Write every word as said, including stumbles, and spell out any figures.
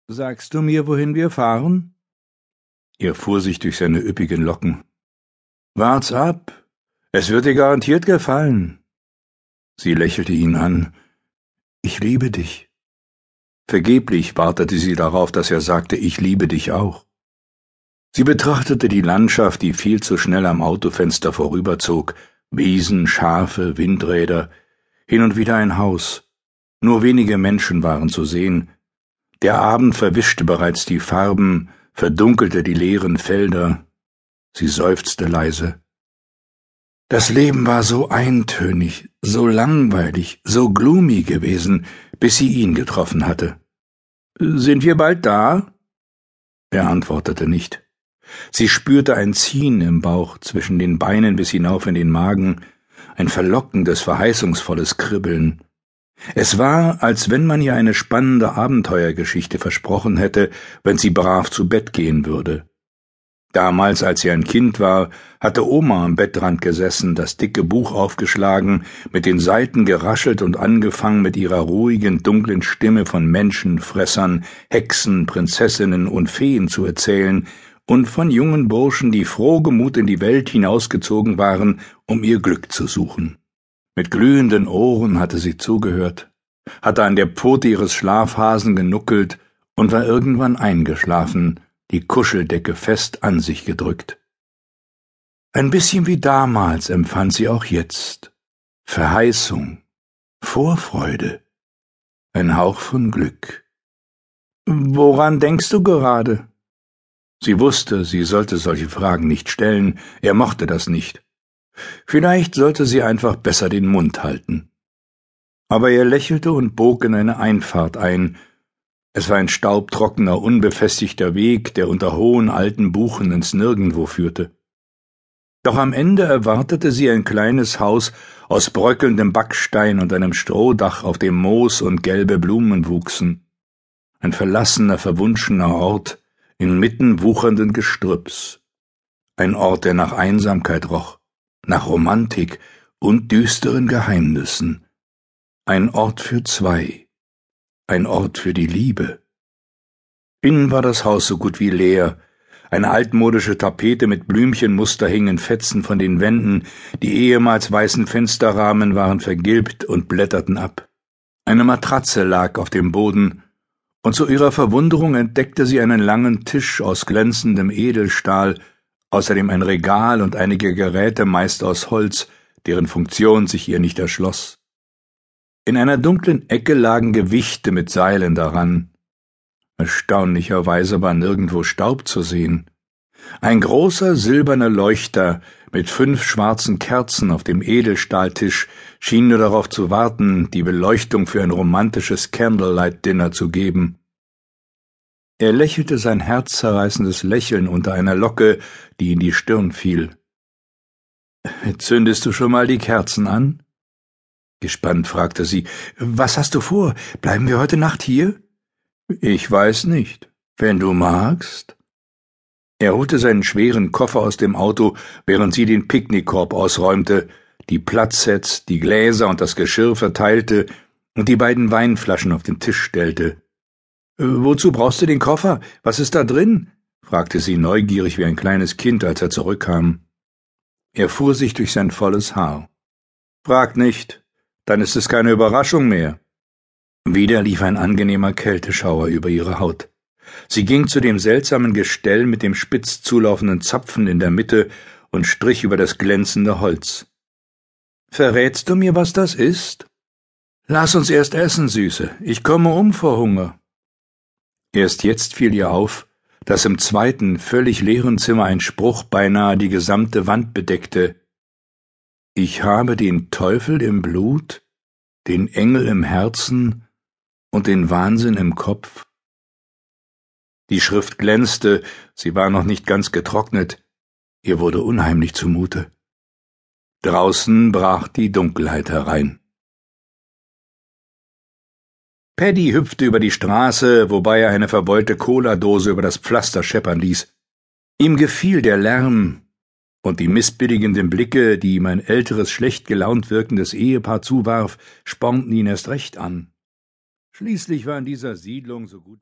Sagst du mir, wohin wir fahren? Er fuhr sich durch seine üppigen Locken. Wart's ab. Es wird dir garantiert gefallen. Sie lächelte ihn an. Ich liebe dich. Vergeblich wartete sie darauf, dass er sagte, ich liebe dich auch. Sie betrachtete die Landschaft, die viel zu schnell am Autofenster vorüberzog, Wiesen, Schafe, Windräder, hin und wieder ein Haus. Nur wenige Menschen waren zu sehen. Der Abend verwischte bereits die Farben, verdunkelte die leeren Felder. Sie seufzte leise. Das Leben war so eintönig, so langweilig, so gloomy gewesen, bis sie ihn getroffen hatte. »Sind wir bald da?« Er antwortete nicht. Sie spürte ein Ziehen im Bauch, zwischen den Beinen bis hinauf in den Magen, ein verlockendes, verheißungsvolles Kribbeln. Es war, als wenn man ihr eine spannende Abenteuergeschichte versprochen hätte, wenn sie brav zu Bett gehen würde. Damals, als sie ein Kind war, hatte Oma am Bettrand gesessen, das dicke Buch aufgeschlagen, mit den Seiten geraschelt und angefangen, mit ihrer ruhigen, dunklen Stimme von Menschenfressern, Hexen, Prinzessinnen und Feen zu erzählen und von jungen Burschen, die frohgemut in die Welt hinausgezogen waren, um ihr Glück zu suchen. Mit glühenden Ohren hatte sie zugehört, hatte an der Pfote ihres Schlafhasen genuckelt und war irgendwann eingeschlafen, die Kuscheldecke fest an sich gedrückt. Ein bisschen wie damals empfand sie auch jetzt. Verheißung, Vorfreude, ein Hauch von Glück. »Woran denkst du gerade?« Sie wusste, sie sollte solche Fragen nicht stellen, er mochte das nicht. Vielleicht sollte sie einfach besser den Mund halten. Aber er lächelte und bog in eine Einfahrt ein. Es war ein staubtrockener, unbefestigter Weg, der unter hohen alten Buchen ins Nirgendwo führte. Doch am Ende erwartete sie ein kleines Haus aus bröckelndem Backstein und einem Strohdach, auf dem Moos und gelbe Blumen wuchsen. Ein verlassener, verwunschener Ort, inmitten wuchernden Gestrüpps. Ein Ort, der nach Einsamkeit roch, nach Romantik und düsteren Geheimnissen. Ein Ort für zwei. Ein Ort für die Liebe. Innen war das Haus so gut wie leer. Eine altmodische Tapete mit Blümchenmuster hing in Fetzen von den Wänden, die ehemals weißen Fensterrahmen waren vergilbt und blätterten ab. Eine Matratze lag auf dem Boden, und zu ihrer Verwunderung entdeckte sie einen langen Tisch aus glänzendem Edelstahl, außerdem ein Regal und einige Geräte meist aus Holz, deren Funktion sich ihr nicht erschloss. In einer dunklen Ecke lagen Gewichte mit Seilen daran. Erstaunlicherweise war nirgendwo Staub zu sehen. Ein großer silberner Leuchter mit fünf schwarzen Kerzen auf dem Edelstahltisch schien nur darauf zu warten, die Beleuchtung für ein romantisches Candlelight-Dinner zu geben. Er lächelte sein herzzerreißendes Lächeln unter einer Locke, die in die Stirn fiel. »Zündest du schon mal die Kerzen an?« Gespannt fragte sie. »Was hast du vor? Bleiben wir heute Nacht hier?« »Ich weiß nicht. Wenn du magst.« Er holte seinen schweren Koffer aus dem Auto, während sie den Picknickkorb ausräumte, die Platzsets, die Gläser und das Geschirr verteilte und die beiden Weinflaschen auf den Tisch stellte. »Wozu brauchst du den Koffer? Was ist da drin?« fragte sie neugierig wie ein kleines Kind, als er zurückkam. Er fuhr sich durch sein volles Haar. »Frag nicht, dann ist es keine Überraschung mehr.« Wieder lief ein angenehmer Kälteschauer über ihre Haut. Sie ging zu dem seltsamen Gestell mit dem spitz zulaufenden Zapfen in der Mitte und strich über das glänzende Holz. »Verrätst du mir, was das ist?« »Lass uns erst essen, Süße. Ich komme um vor Hunger.« Erst jetzt fiel ihr auf, dass im zweiten, völlig leeren Zimmer ein Spruch beinahe die gesamte Wand bedeckte. »Ich habe den Teufel im Blut, den Engel im Herzen und den Wahnsinn im Kopf.« Die Schrift glänzte, sie war noch nicht ganz getrocknet, ihr wurde unheimlich zumute. Draußen brach die Dunkelheit herein. Paddy hüpfte über die Straße, wobei er eine verbeulte Cola-Dose über das Pflaster scheppern ließ. Ihm gefiel der Lärm, und die missbilligenden Blicke, die ihm ein älteres, schlecht gelaunt wirkendes Ehepaar zuwarf, spornten ihn erst recht an. Schließlich war in dieser Siedlung so gut